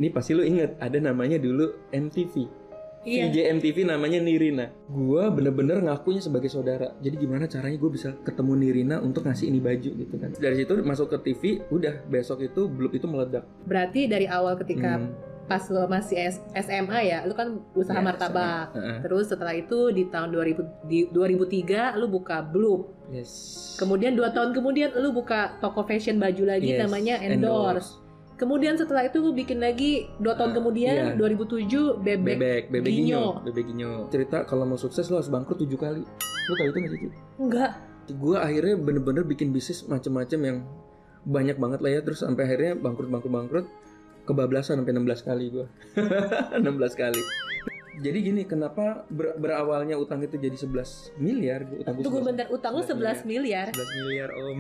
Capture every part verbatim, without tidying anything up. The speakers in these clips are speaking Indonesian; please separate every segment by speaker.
Speaker 1: Ini pasti lu inget ada namanya dulu M T V.
Speaker 2: Iya.
Speaker 1: V J M T V namanya Nirina. Gua bener-bener ngakunya sebagai saudara. Jadi gimana caranya gue bisa ketemu Nirina untuk ngasih ini baju gitu kan. Dari situ masuk ke T V, udah besok itu Bloop itu meledak.
Speaker 2: Berarti dari awal ketika hmm. pas lo masih S M A ya, lu kan usaha ya, martabak. Uh-huh. Terus setelah itu di tahun dua ribu, di dua ribu tiga lu buka Bloop.
Speaker 1: Yes.
Speaker 2: Kemudian dua tahun kemudian lu buka toko fashion baju lagi yes. namanya Endorse. Endorse. Kemudian setelah itu lu bikin lagi dua tahun uh, kemudian iya. dua ribu tujuh Bebek
Speaker 1: Bebek, Bebek Ginyo. Bebek Ginyo. Cerita kalau mau sukses lo harus bangkrut tujuh kali. Lu tahu itu enggak sih?
Speaker 2: Enggak.
Speaker 1: Gue akhirnya bener-bener bikin bisnis macam-macam yang banyak banget lah ya, terus sampai akhirnya bangkrut-bangkrut-bangkrut. Kebablasan sampai enam belas kali gue. enam belas kali. Jadi gini, kenapa ber- berawalnya utang itu jadi sebelas miliar? Utang
Speaker 2: Tunggu bentar, utang lu sebelas miliar.
Speaker 1: sebelas miliar, Om.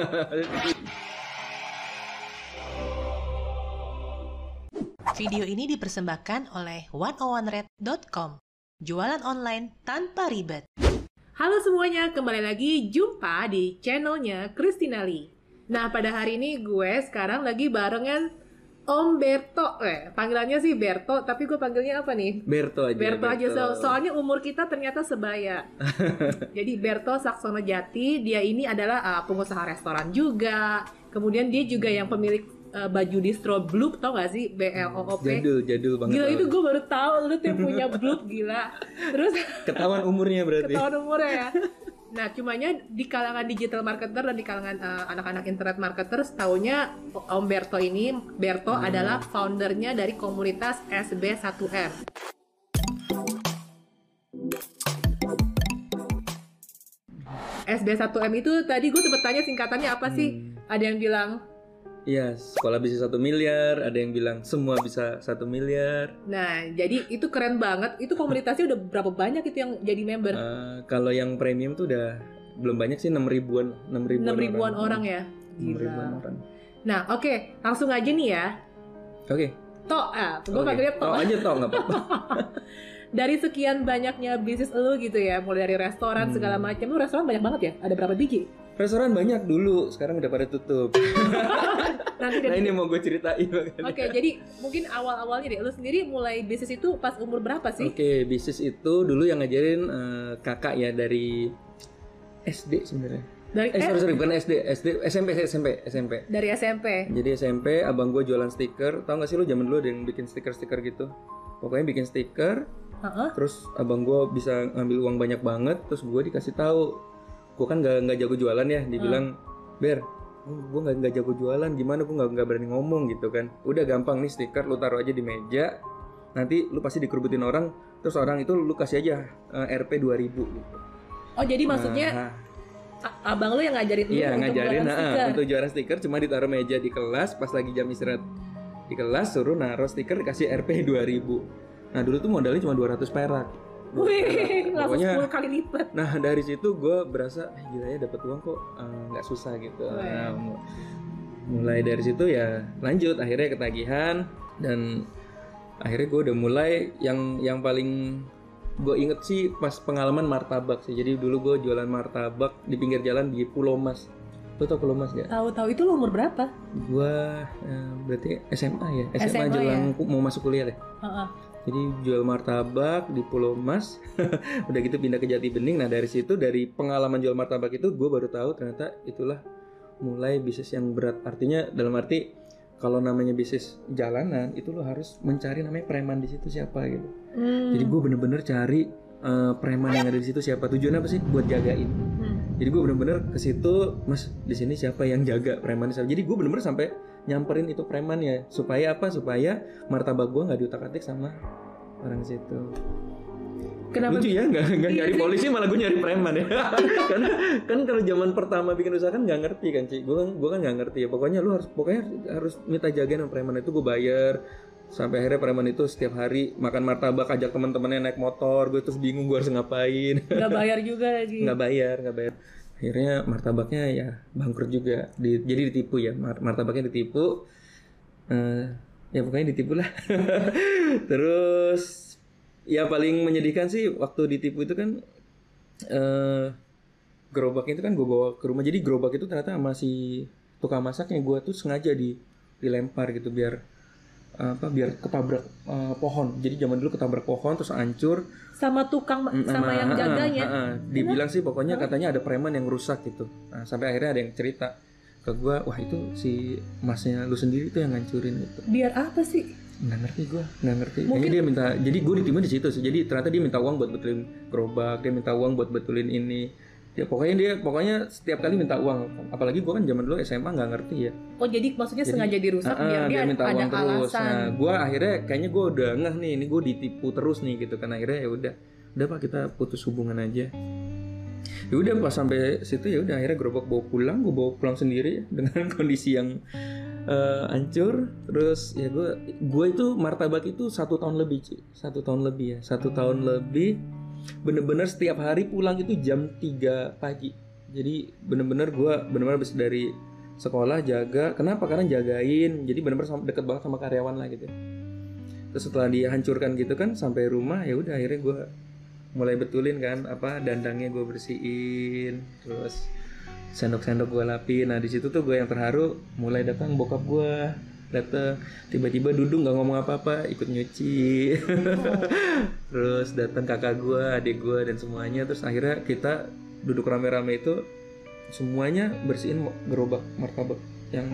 Speaker 3: Video ini dipersembahkan oleh one oh one red dot com. Jualan online tanpa ribet.
Speaker 2: Halo semuanya, kembali lagi jumpa di channelnya Christina Lee. Nah, pada hari ini gue sekarang lagi barengan Om Berto. Eh, panggilannya sih Berto, tapi gue panggilnya apa nih?
Speaker 1: Berto aja.
Speaker 2: Berto, Berto. aja, so- soalnya umur kita ternyata sebaya. Jadi Berto Saksono Jati, dia ini adalah uh, pengusaha restoran juga. Kemudian dia juga yang pemilik Uh, baju distro Bloop, tau gak sih? B L O O P.
Speaker 1: Jadul, jadul banget.
Speaker 2: Gila, itu gue baru tahu lu tuh yang punya Bloop, gila. Terus
Speaker 1: ketahuan umurnya berarti.
Speaker 2: Ketahuan umurnya ya. Nah, cumanya di kalangan digital marketer dan di kalangan uh, anak-anak internet marketers, taunya Om Berto ini, Berto hmm. adalah foundernya dari komunitas S B satu M. S B satu M itu tadi gue sempet tanya singkatannya apa sih? Hmm. Ada yang bilang
Speaker 1: iya, sekolah bisa satu miliar, ada yang bilang semua bisa satu miliar.
Speaker 2: Nah, jadi itu keren banget. Itu komunitasnya udah berapa banyak itu yang jadi member?
Speaker 1: Uh, kalau yang premium tuh udah belum banyak sih, enam ribuan, enam ribuan,
Speaker 2: enam ribuan orang, orang ya.
Speaker 1: enam ribuan orang.
Speaker 2: Nah, oke, okay. langsung aja nih ya.
Speaker 1: Oke. Okay.
Speaker 2: Tok, ah, gue
Speaker 1: okay.
Speaker 2: panggilnya Tok.
Speaker 1: Tok aja Tok, nggak apa-apa.
Speaker 2: Dari sekian banyaknya bisnis lu gitu ya, mulai dari restoran hmm. segala macam. Lu restoran banyak banget ya? Ada berapa biji?
Speaker 1: Restoran banyak dulu, sekarang udah pada tutup.
Speaker 2: Nanti
Speaker 1: nah ini mau gue ceritain.
Speaker 2: Oke, okay, jadi mungkin awal-awalnya deh, lu sendiri mulai bisnis itu pas umur berapa sih?
Speaker 1: Oke, okay, bisnis itu dulu yang ngajarin uh, kakak ya dari S D sebenarnya. Dari eh, sorry, sorry, bukan S D, S D, S M P, S M P, S M P.
Speaker 2: Dari S M P.
Speaker 1: Jadi S M P, abang gue jualan stiker. Tahu nggak sih lu zaman dulu ada yang bikin stiker-stiker gitu? Pokoknya bikin stiker. Uh-huh. Terus abang gue bisa ngambil uang banyak banget. Terus gue dikasih tahu, gue kan nggak nggak jago jualan ya. Dibilang, uh. Ber, gue nggak nggak jago jualan. Gimana gue nggak nggak berani ngomong gitu kan? Udah gampang nih stiker, lu taruh aja di meja. Nanti lu pasti dikerubutin orang. Terus orang itu lu kasih aja uh, R P dua ribu gitu.
Speaker 2: Oh jadi maksudnya nah, abang lu yang ngajarin lu
Speaker 1: iya,
Speaker 2: untuk
Speaker 1: ngajarin,
Speaker 2: jualan
Speaker 1: nah,
Speaker 2: stiker?
Speaker 1: untuk jualan stiker cuma ditaruh meja di kelas. Pas lagi jam istirahat di kelas suruh naruh stiker dikasih R P dua ribu. Nah dulu tuh modalnya cuma dua ratus perak.
Speaker 2: Wih, langsung sepuluh kali lipat.
Speaker 1: Nah dari situ gue berasa, eh, gila ya dapat uang kok nggak uh, susah gitu. Nah, mulai dari situ ya lanjut, akhirnya ketagihan dan akhirnya gue udah mulai yang yang paling gue inget sih pas pengalaman martabak sih. Jadi dulu gue jualan martabak di pinggir jalan di Pulau Mas. Lo tau Pulau Mas gak?
Speaker 2: Tahu-tahu. Itu lo umur berapa?
Speaker 1: Gue uh, berarti S M A ya, S M A, S M A jelang ya? Mau masuk kuliah deh. Uh-uh. Jadi jual martabak di Pulau Mas. Udah gitu pindah ke Jati Bening. Nah dari situ, dari pengalaman jual martabak itu gue baru tahu ternyata itulah mulai bisnis yang berat. Artinya dalam arti kalau namanya bisnis jalanan itu lo harus mencari namanya preman di situ siapa gitu. Hmm. Jadi gue bener-bener cari uh, preman yang ada di situ siapa. Tujuannya apa sih? Buat jagain. Hmm. Jadi gue bener-bener ke situ, Mas di sini siapa yang jaga preman siapa. Jadi gue bener-bener sampai nyamperin itu premannya supaya apa? Supaya martabak gue nggak diutak-atik sama orang situ.
Speaker 2: Kenapa?
Speaker 1: Lucu ya, nggak nggak nyari polisi malah gue nyari preman ya. Karena kan kalau zaman pertama bikin usaha kan nggak ngerti kan Ci. Gue gue kan nggak ngerti ya. Pokoknya lu harus pokoknya harus minta jagain sama preman itu. Gue bayar sampai akhirnya preman itu setiap hari makan martabak, ajak teman-temannya naik motor. Gue terus bingung gue harus ngapain.
Speaker 2: Nggak bayar juga lagi.
Speaker 1: Nggak bayar, nggak bayar. Akhirnya martabaknya ya bangkrut juga. Di, jadi ditipu ya, martabaknya ditipu. Uh, ya pokoknya ditipu lah. Terus ya paling menyedihkan sih waktu ditipu itu kan uh, gerobaknya itu kan gue bawa ke rumah. Jadi gerobak itu ternyata sama si tukang masaknya gue tuh sengaja di, dilempar gitu biar apa biar ketabrak uh, pohon. Jadi zaman dulu ketabrak pohon terus hancur.
Speaker 2: Sama tukang
Speaker 1: Mm,
Speaker 2: sama
Speaker 1: sama-
Speaker 2: yang
Speaker 1: ah,
Speaker 2: jaganya.
Speaker 1: ah, ah. Dibilang sih pokoknya
Speaker 2: Hah?
Speaker 1: katanya ada preman yang rusak gitu. Nah, sampai akhirnya ada yang cerita ke gua, wah itu si masnya lu sendiri tuh yang ngancurin itu.
Speaker 2: Biar apa sih?
Speaker 1: Nggak ngerti gue, nggak ngerti.
Speaker 2: Mungkin-
Speaker 1: Kayaknya dia minta, jadi gue ditimpa di situ sih. Jadi ternyata dia minta uang buat betulin gerobak, dia minta uang buat betulin ini. Ya pokoknya dia, pokoknya setiap kali minta uang. Apalagi gue kan zaman dulu S M A nggak ngerti ya.
Speaker 2: Oh jadi maksudnya
Speaker 1: Jadi,
Speaker 2: sengaja dirusak
Speaker 1: Ah,
Speaker 2: biar
Speaker 1: ah,
Speaker 2: dia,
Speaker 1: minta
Speaker 2: ada
Speaker 1: uang terus.
Speaker 2: alasan.
Speaker 1: Nah, gue akhirnya kayaknya gue udah ngeh nih, ini gue ditipu terus nih gitu kan. Akhirnya ya udah, udah pak kita putus hubungan aja. Ya udah pas sampai situ ya udah akhirnya gerobak bawa pulang, gue bawa pulang sendiri ya, dengan kondisi yang eh, hancur. Terus ya gue gue itu martabak itu satu tahun lebih Ci. satu tahun lebih ya satu tahun lebih bener-bener setiap hari pulang itu jam tiga pagi. Jadi bener-bener gue bener-bener habis dari sekolah jaga. Kenapa? Karena jagain. Jadi bener-bener sama- deket banget sama karyawan lah gitu. Terus setelah dihancurkan gitu kan sampai rumah ya udah akhirnya gue mulai betulin kan apa dandangnya gue bersihin, terus sendok-sendok gue lapin. Nah di situ tuh gue yang terharu, mulai datang bokap gue datang tiba-tiba duduk nggak ngomong apa-apa ikut nyuci. Terus datang kakak gue, adik gue dan semuanya. Terus akhirnya kita duduk rame-rame itu semuanya bersihin gerobak martabak yang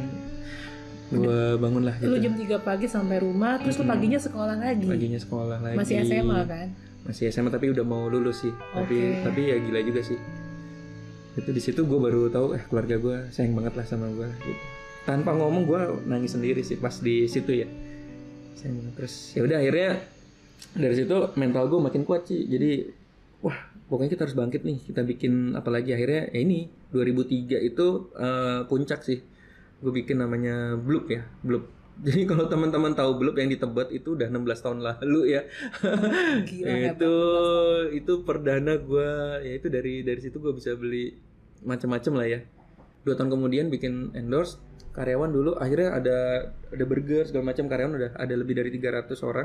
Speaker 1: gue bangun lah
Speaker 2: Lu
Speaker 1: gitu.
Speaker 2: jam tiga pagi sampai rumah, terus lu
Speaker 1: Mm-mm.
Speaker 2: paginya sekolah lagi.
Speaker 1: Paginya sekolah lagi.
Speaker 2: Masih S M A kan?
Speaker 1: Masih S M A tapi udah mau lulus sih. Tapi
Speaker 2: Oke.
Speaker 1: tapi ya gila juga sih. Itu di situ gue baru tahu eh keluarga gue sayang banget lah sama gue gitu. Tanpa ngomong gue nangis sendiri sih pas di situ ya. Sayang banget. Terus ya udah akhirnya dari situ mental gue makin kuat sih. Jadi wah pokoknya kita harus bangkit nih. Kita bikin apa lagi akhirnya ya ini dua ribu tiga itu eh, puncak sih. Gue bikin namanya Bloop ya, Bloop. Jadi kalau teman-teman tahu Bloop yang di Tebet itu udah enam belas tahun lalu ya.
Speaker 2: Gila,
Speaker 1: itu itu perdana gue ya itu dari dari situ gue bisa beli macam-macam lah ya. Dua tahun kemudian bikin endorse karyawan dulu akhirnya ada ada burger segala macam karyawan udah ada lebih dari tiga ratus orang.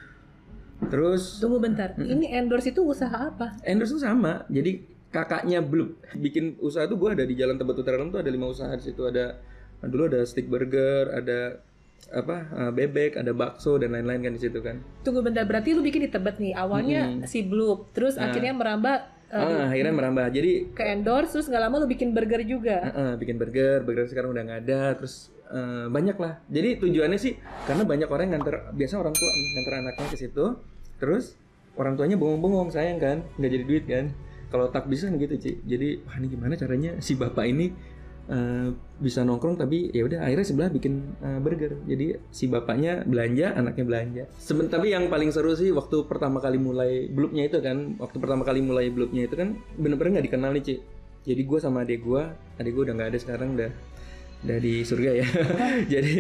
Speaker 1: Terus
Speaker 2: Tunggu bentar, ini endorse itu usaha apa?
Speaker 1: endorse itu sama. Jadi kakaknya Bloop bikin usaha tuh gue ada di Jalan Tebet Utara tuh ada lima usaha di situ. Ada dulu ada stick burger, ada apa uh, bebek, ada bakso dan lain-lain kan di situ kan.
Speaker 2: Tunggu bentar, berarti lu bikin di Tebet nih. Awalnya
Speaker 1: Mm-mm.
Speaker 2: si Bloop, terus
Speaker 1: Nah.
Speaker 2: akhirnya merambah uh,
Speaker 1: Ah, akhirnya merambah. Jadi
Speaker 2: ke endorse, terus nggak lama lu bikin burger juga.
Speaker 1: uh, uh, bikin burger, burger sekarang udah nggak ada. Terus uh, banyak lah. Jadi tujuannya sih karena banyak orang yang nganter, biasa orang tua nih nganter anaknya ke situ. Terus orang tuanya bengong-bengong sayang kan, nggak jadi duit kan. Kalau tak bisa kan gitu Ci. Jadi wah ini gimana caranya si bapak ini Uh, bisa nongkrong tapi ya udah akhirnya sebelah bikin uh, burger. Jadi si bapaknya belanja, anaknya belanja. Seben tapi yang paling seru sih waktu pertama kali mulai Bloopnya itu kan, waktu pertama kali mulai Bloopnya itu kan bener-bener nggak dikenal nih Ci. Jadi gue sama adik gue, adik gue udah nggak ada sekarang, udah udah di surga ya. jadi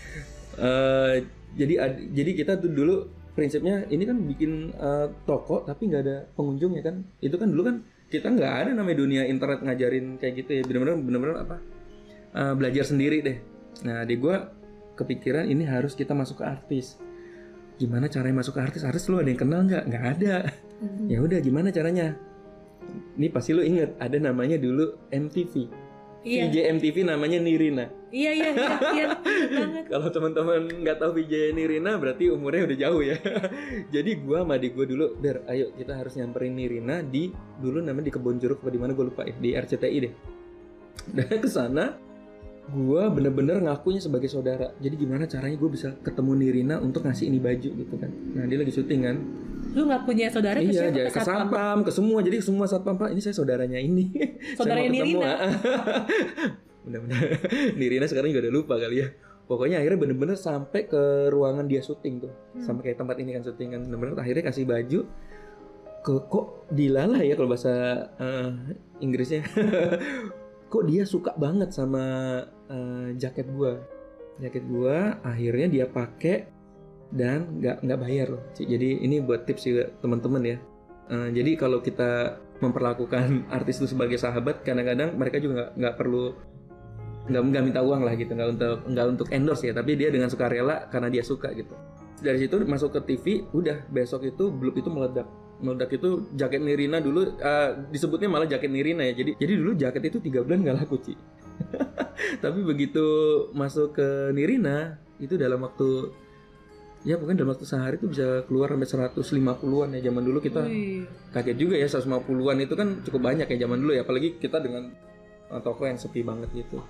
Speaker 1: uh, jadi ad- jadi kita tuh dulu prinsipnya ini kan bikin uh, toko tapi nggak ada pengunjung ya kan. Itu kan dulu kan kita nggak ada namanya dunia internet ngajarin kayak gitu ya, bener-bener bener-bener apa uh, belajar sendiri deh. Nah di gue kepikiran ini harus kita masuk ke artis. Gimana caranya masuk ke artis? Artis lu ada yang kenal nggak? Nggak ada. Ya udah gimana caranya? Ini pasti lu inget ada namanya dulu M T V.
Speaker 2: Iya.
Speaker 1: V J M T V namanya Nirina.
Speaker 2: Iya iya iya, iya ingat banget.
Speaker 1: Kalau teman-teman nggak tahu V J Nirina berarti umurnya udah jauh ya. Jadi gua sama adik gua dulu, Ber, ayo kita harus nyamperin Nirina di dulu namanya di Kebon Jeruk apa di mana gua lupa ya, di R C T I deh. Dan ke sana gua bener-bener ngakunya sebagai saudara. Jadi gimana caranya gua bisa ketemu Nirina untuk ngasih ini baju gitu kan. Nah, dia lagi syuting kan.
Speaker 2: Lu nggak punya saudara ke
Speaker 1: Iya,
Speaker 2: siapa?
Speaker 1: jadi ke satpam, ke semua. Jadi semua satpam, Pak, ini saya saudaranya ini.
Speaker 2: Saudaranya
Speaker 1: Saya mau ketemu,
Speaker 2: Nirina.
Speaker 1: ah. Bener-bener. Nirina sekarang juga udah lupa kali ya. Pokoknya akhirnya bener-bener sampai ke ruangan dia syuting tuh.
Speaker 2: Hmm.
Speaker 1: Sampai kayak tempat ini kan syuting kan. Bener-bener akhirnya kasih baju. Ke, kok dilalah ya kalau bahasa uh, Inggrisnya. Kok dia suka banget sama uh, jaket gua. Jaket gua akhirnya dia pakai dan nggak nggak bayar loh. Jadi ini buat tips juga teman-teman ya. Uh, jadi kalau kita memperlakukan artis itu sebagai sahabat, kadang-kadang mereka juga nggak nggak perlu nggak nggak minta uang lah gitu, nggak untuk nggak untuk endorse ya, tapi dia dengan sukarela karena dia suka gitu. Dari situ masuk ke T V, udah besok itu Bloop itu meledak. Meledak itu jaket Nirina dulu uh, disebutnya malah jaket Nirina ya. Jadi jadi dulu jaket itu tiga bulan nggak laku Ci. Tapi begitu masuk ke Nirina itu dalam waktu ya pokoknya dalam waktu sehari tuh bisa keluar sampai seratus lima puluhan ya. Zaman dulu kita Wih. kaget juga ya, seratus lima puluhan itu kan cukup banyak ya zaman dulu ya, apalagi kita dengan uh, toko yang sepi banget gitu.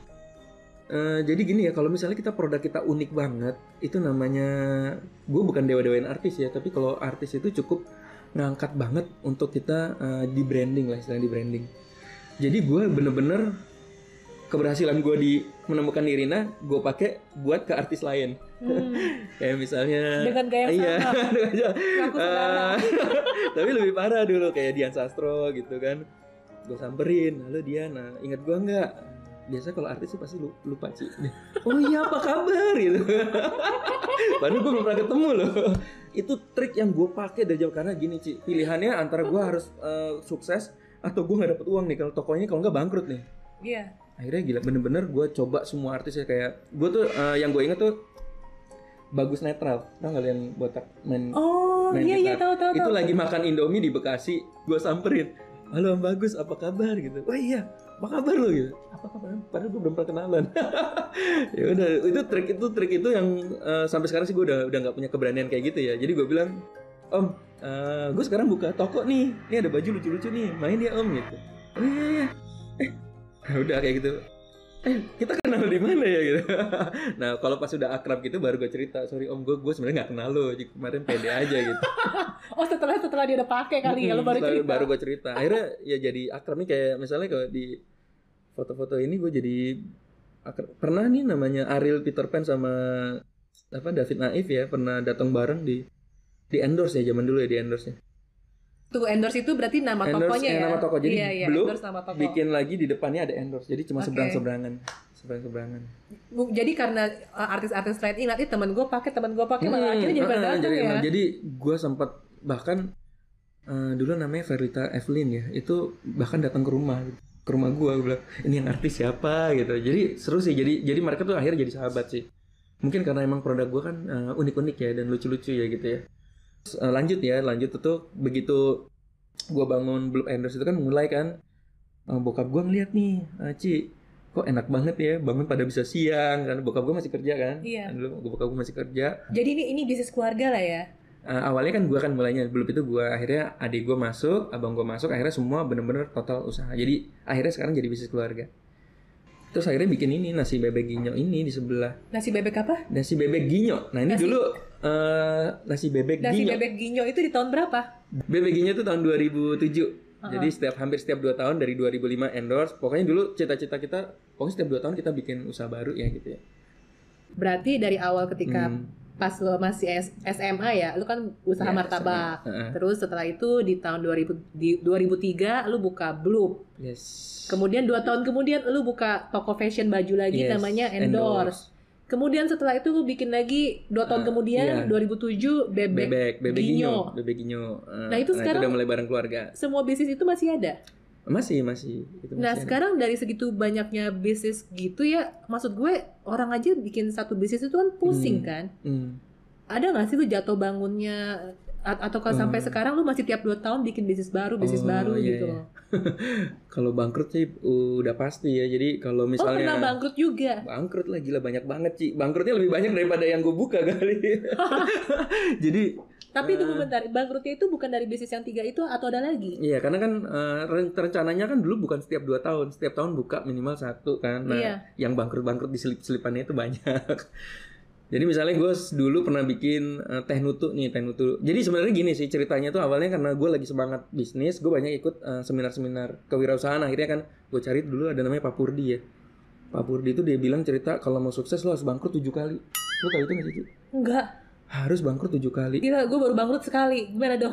Speaker 1: Uh, jadi gini ya, kalau misalnya kita produk kita unik banget, itu namanya, gue bukan dewa-dewain artis ya, tapi kalau artis itu cukup ngangkat banget untuk kita uh, di branding lah, istilahnya di branding. Jadi gue bener-bener keberhasilan gue di menemukan Nirina, gue pakai buat ke artis lain. Hmm. Kayak misalnya
Speaker 2: dengan gaya
Speaker 1: iya,
Speaker 2: sama
Speaker 1: uh, tapi lebih parah dulu kayak Dian Sastro gitu kan. Gue samperin, halo Dian, nah, ingat gue nggak? Biasa kalau artis sih pasti lupa Ci. Oh iya, apa kabar gitu. Padahal gue belum pernah ketemu loh. Itu trik yang gue pakai dari jauh, karena gini Ci, pilihannya antara gue harus uh, sukses atau gue nggak dapet uang nih kalau tokonya, kalau nggak bangkrut nih.
Speaker 2: Iya. Yeah.
Speaker 1: Akhirnya gila, bener-bener gue coba semua artis ya, kayak gue tuh uh, yang gue inget tuh Bagus Netral, tau nggak yang botak main?
Speaker 2: Oh main iya iya tahu tahu.
Speaker 1: Itu
Speaker 2: tahu.
Speaker 1: Lagi makan Indomie di Bekasi, gue samperin, halo Om Bagus, apa kabar gitu. Oh iya, apa kabar lo gitu. Apa kabar? Padahal gue belum pernah kenalan. Ya udah, itu trik itu trik itu yang uh, sampai sekarang sih gue udah udah nggak punya keberanian kayak gitu ya. Jadi gue bilang, Om, uh, gue sekarang buka toko nih, ini ada baju lucu-lucu nih, main ya Om gitu. Oh iya iya. Eh, udah kayak gitu. Eh, kita kenal di mana ya gitu. Nah, kalau pas sudah akrab gitu baru gue cerita, sorry Om, gue gue sebenarnya nggak kenal lo, kemarin pede aja gitu.
Speaker 2: Oh setelah setelah dia udah pakai kali ya, lo baru cerita.
Speaker 1: Baru gue cerita. Akhirnya ya jadi akrab nih, kayak misalnya kalau di foto-foto ini gue jadi akrab. Pernah nih namanya Ariel Peter Pan sama apa David Naif ya, pernah datang bareng di di endorse ya, zaman dulu ya di endorse ya.
Speaker 2: Tuh endorse itu berarti nama endorse, tokonya ya.
Speaker 1: Nama toko. Jadi
Speaker 2: iya, iya,
Speaker 1: belum
Speaker 2: toko.
Speaker 1: Bikin lagi di depannya ada endorse. Jadi cuma okay. seberang-seberangan, seberang-seberangan.
Speaker 2: Jadi karena uh, artis-artis lain ingat, ih teman gue pakai, teman gue pakai, malah akhirnya jadi pada datang ya.
Speaker 1: Nah, jadi gue sempat bahkan uh, dulu namanya Verita Evelyn ya, itu bahkan datang ke rumah, ke rumah gue, gue bilang ini yang artis siapa gitu. Jadi seru sih. Jadi jadi mereka tuh akhirnya jadi sahabat sih. Mungkin karena emang produk gue kan uh, unik-unik ya dan lucu-lucu ya gitu ya. Uh, lanjut ya, lanjut itu begitu gue bangun Blue Endorse itu kan mulai kan uh, bokap gue ngeliat nih, uh, Ci, kok enak banget ya bangun pada bisa siang kan, bokap gue masih kerja kan,
Speaker 2: iya.
Speaker 1: Dulu bokap gue masih kerja.
Speaker 2: Jadi ini ini bisnis keluarga lah ya.
Speaker 1: Uh, awalnya kan gue kan mulainya belum itu gue, akhirnya adik gue masuk, abang gue masuk, akhirnya semua bener-bener total usaha. Jadi akhirnya sekarang jadi bisnis keluarga. Terus akhirnya bikin ini nasi bebek ginyo ini di sebelah.
Speaker 2: Nasi bebek apa?
Speaker 1: Nasi bebek ginyo. Nah ini nasi... dulu uh, nasi bebek
Speaker 2: nasi
Speaker 1: ginyo.
Speaker 2: Nasi bebek ginyo itu di tahun berapa?
Speaker 1: Bebek ginyo itu tahun dua ribu tujuh. Uh-huh. Jadi setiap hampir setiap dua tahun dari dua ribu lima endorse. Pokoknya dulu cita-cita kita, pokoknya setiap dua tahun kita bikin usaha baru ya gitu ya.
Speaker 2: Berarti dari awal ketika hmm. pas lo masih S M A ya, lo kan usaha ya, martabak. Uh-huh. Terus setelah itu di tahun dua ribu, di dua ribu tiga lo buka Bloop.
Speaker 1: Yes.
Speaker 2: Kemudian dua tahun kemudian lu buka toko fashion baju lagi, yes, namanya Endorse. Endorse. Kemudian setelah itu lu bikin lagi dua tahun uh, kemudian iya. dua ribu tujuh Bebek,
Speaker 1: Bebek, Bebek
Speaker 2: Ginyo.
Speaker 1: Bebek Ginyo. Uh,
Speaker 2: nah itu nah, sekarang
Speaker 1: itu udah mulai bareng keluarga.
Speaker 2: Semua bisnis itu masih ada?
Speaker 1: Masih, masih. Itu masih
Speaker 2: nah
Speaker 1: ada.
Speaker 2: Sekarang dari segitu banyaknya bisnis gitu ya, maksud gue orang aja bikin satu bisnis itu kan pusing hmm. kan? Hmm. Ada nggak sih lu jatuh bangunnya? Atau kalau hmm. sampai sekarang lu masih tiap dua tahun bikin bisnis baru, bisnis oh, baru iya, gitu loh.
Speaker 1: Kalau bangkrut sih udah pasti ya. Jadi kalau misalnya
Speaker 2: oh pernah bangkrut juga?
Speaker 1: Bangkrut lah, gila banyak banget Ci. Bangkrutnya lebih banyak daripada yang gue buka kali. Jadi
Speaker 2: tapi uh, tunggu bentar, bangkrutnya itu bukan dari bisnis yang tiga itu atau ada lagi?
Speaker 1: Iya, karena kan uh, rencananya kan dulu bukan setiap dua tahun, setiap tahun buka minimal satu kan. Nah, iya. Yang bangkrut-bangkrut di selip-selipannya itu banyak. Jadi misalnya gue dulu pernah bikin uh, teh nutu nih, teh nutu. Jadi sebenarnya gini sih ceritanya tuh, awalnya karena gue lagi semangat bisnis, gue banyak ikut uh, seminar-seminar kewirausahaan. Akhirnya kan gue cari dulu ada namanya Pak Purdi ya. Pak Purdi itu dia bilang cerita kalau mau sukses lo harus bangkrut tujuh kali. Lo tau itu nggak sih?
Speaker 2: Enggak.
Speaker 1: Harus bangkrut tujuh kali.
Speaker 2: Gila, gue baru bangkrut sekali. Gimana dong?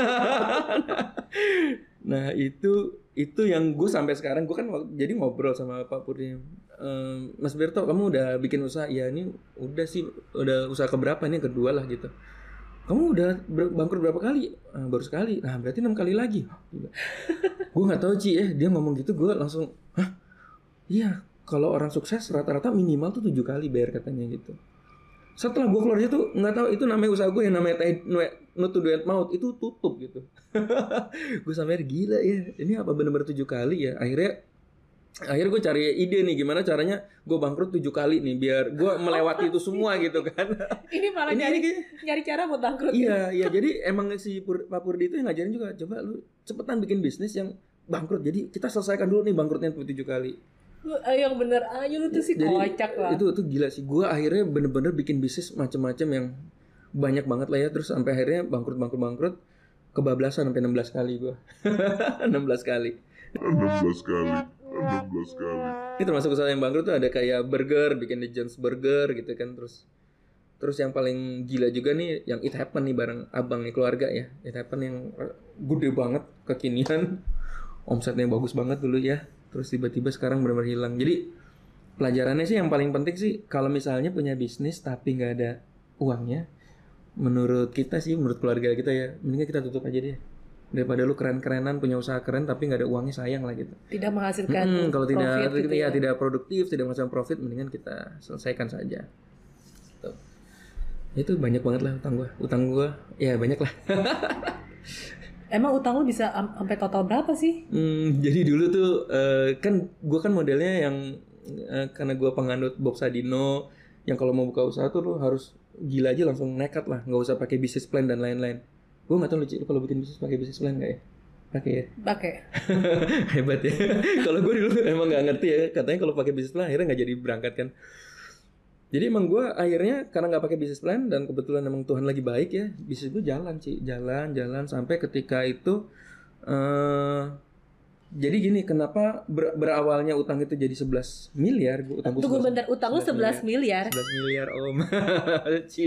Speaker 1: Nah itu itu yang gue sampai sekarang, gue kan jadi ngobrol sama Pak Purdi, ehm, Mas Berto kamu udah bikin usaha? Ya ini udah sih, udah usaha keberapa ini, yang kedua lah gitu. Kamu udah bangkrut berapa kali? Ah, baru sekali. Nah berarti enam kali lagi. Gue nggak tahu Ci, eh dia ngomong gitu gue langsung, hah? Iya, kalau orang sukses rata-rata minimal tuh tujuh kali bayar katanya gitu. Setelah gue keluar itu nggak tahu itu namanya usaha gue yang namanya Nutu Duet Maut itu tutup gitu. Gue sampai gila ya, ini apa benar-benar tujuh kali ya. Akhirnya akhirnya gue cari ide nih gimana caranya gue bangkrut tujuh kali nih biar gue melewati itu semua gitu kan.
Speaker 2: Ini malah ini, nyari, ini, nyari cara buat bangkrut.
Speaker 1: Iya, iya. Jadi emang si Pur, Pak Purdi itu yang ngajarin juga, coba lu cepetan bikin bisnis yang bangkrut. Jadi kita selesaikan dulu nih bangkrutnya tujuh kali.
Speaker 2: Lu yang bener aja lu tuh sih kocak lah.
Speaker 1: Itu tuh gila sih. Gue akhirnya bener-bener bikin bisnis macam-macam yang banyak banget lah ya. Terus sampai akhirnya bangkrut-bangkrut-bangkrut. Kebablasan sampai enam belas kali gue. enam belas kali.
Speaker 4: enam belas kali. enam belas kali.
Speaker 1: Ini termasuk usaha yang bangkrut tuh ada kayak burger, bikin di Jones Burger gitu kan. Terus terus yang paling gila juga nih yang It Happen nih bareng abang nih keluarga ya. It Happen yang gede banget kekinian. Omsetnya bagus banget dulu ya. Terus tiba-tiba sekarang benar-benar hilang. Jadi pelajarannya sih yang paling penting sih kalau misalnya punya bisnis tapi nggak ada uangnya, menurut kita sih, menurut keluarga kita ya, mendingan kita tutup aja deh. Daripada lu keren-kerenan punya usaha keren tapi nggak ada uangnya, sayang lah gitu.
Speaker 2: Tidak menghasilkan
Speaker 1: hmm, kalau
Speaker 2: profit
Speaker 1: tidak
Speaker 2: gitu
Speaker 1: ya,
Speaker 2: ya,
Speaker 1: tidak produktif, tidak menghasilkan profit, mendingan kita selesaikan saja. Tuh. Itu banyak banget lah utang gua. Utang gua ya banyak lah.
Speaker 2: Emang utang lu bisa am- sampai total berapa sih?
Speaker 1: Hmm, jadi dulu tuh uh, kan gue kan modelnya yang uh, karena gue penganut Bob Sadino yang kalau mau buka usaha tuh lu harus gila aja langsung nekat lah, nggak usah pakai business plan dan lain-lain. Gue nggak tahu lu kalau bikin bisnis pakai business plan nggak ya? Pakai ya?
Speaker 2: Pakai.
Speaker 1: Hebat ya. Kalau gue dulu emang nggak ngerti ya, katanya kalau pakai business plan akhirnya nggak jadi berangkat kan. Jadi emang gue akhirnya karena nggak pakai business plan dan kebetulan emang Tuhan lagi baik ya, bisnis gue jalan sih, jalan jalan sampai ketika itu uh, jadi gini, kenapa ber, berawalnya utang itu jadi sebelas miliar? Gue utang gue
Speaker 2: Tunggu bentar, utang lu sebelas miliar.
Speaker 1: sebelas miliar om. Ci.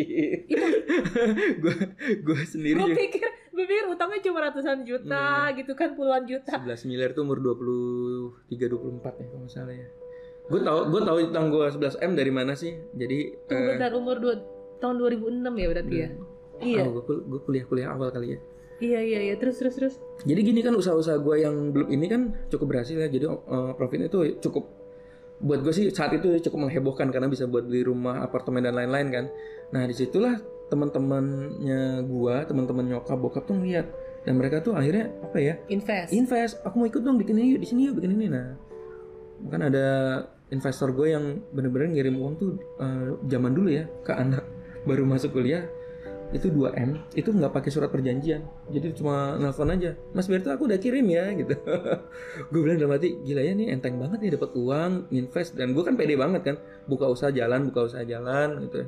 Speaker 1: Gue gue sendiri.
Speaker 2: Gue pikir gue pikir utangnya cuma ratusan juta hmm. gitu kan, puluhan juta.
Speaker 1: sebelas miliar tuh umur dua puluh tiga dua puluh empat ya kalau nggak salah ya. Gue tau, gue tau utang gue sebelas M dari mana sih? Jadi
Speaker 2: tunggu bentar, uh, umur dua, tahun dua ribu enam ya berarti ya? Iya.
Speaker 1: Oh, gue, gue kuliah-kuliah awal kali ya.
Speaker 2: Iya iya iya, terus terus terus.
Speaker 1: Jadi gini kan, usaha-usaha gue yang belum ini kan cukup berhasil ya. Jadi uh, profitnya itu cukup, buat gue sih saat itu cukup menghebohkan karena bisa buat beli rumah, apartemen dan lain-lain kan. Nah disitulah teman-temannya gue, teman-teman nyokap bokap tuh ngeliat, dan mereka tuh akhirnya apa ya?
Speaker 2: Invest.
Speaker 1: Invest. Aku mau ikut dong, bikin ini yuk, di sini yuk, bikin ini. Nah kan ada investor gue yang bener-bener ngirim uang tuh uh, zaman dulu ya ke anak baru masuk kuliah itu dua M, itu nggak pakai surat perjanjian, jadi cuma nelfon aja, Mas Berto aku udah kirim ya gitu. Gue bilang dalam hati, gila ya nih enteng banget nih dapat uang invest, dan gue kan pede banget kan, buka usaha jalan buka usaha jalan gitu.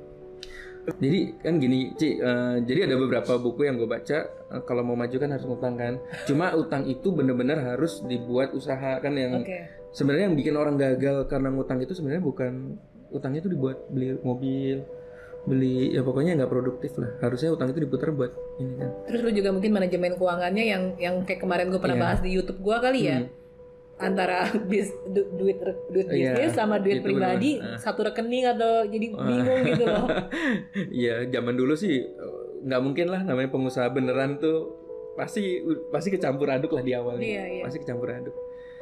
Speaker 1: Jadi kan gini Ci, uh, jadi ada beberapa buku yang gue baca, uh, kalau mau maju kan harus ngutang kan. Cuma utang itu bener-bener harus dibuat usaha kan, yang okay. Sebenarnya yang bikin orang gagal karena ngutang itu sebenarnya bukan utangnya itu dibuat beli mobil, beli ya pokoknya nggak produktif lah. Harusnya utang itu diputar buat ini kan.
Speaker 2: Terus lu juga mungkin manajemen keuangannya yang yang kayak kemarin gue pernah yeah. bahas di YouTube gue kali ya. Hmm. Antara bis, du, duit duit bisnis yeah, sama duit pribadi bener. Satu rekening atau jadi bingung gitu loh.
Speaker 1: Iya, zaman dulu sih nggak mungkin lah, namanya pengusaha beneran tuh pasti pasti kecampur aduk lah di awalnya. Yeah, yeah. Pasti kecampur aduk.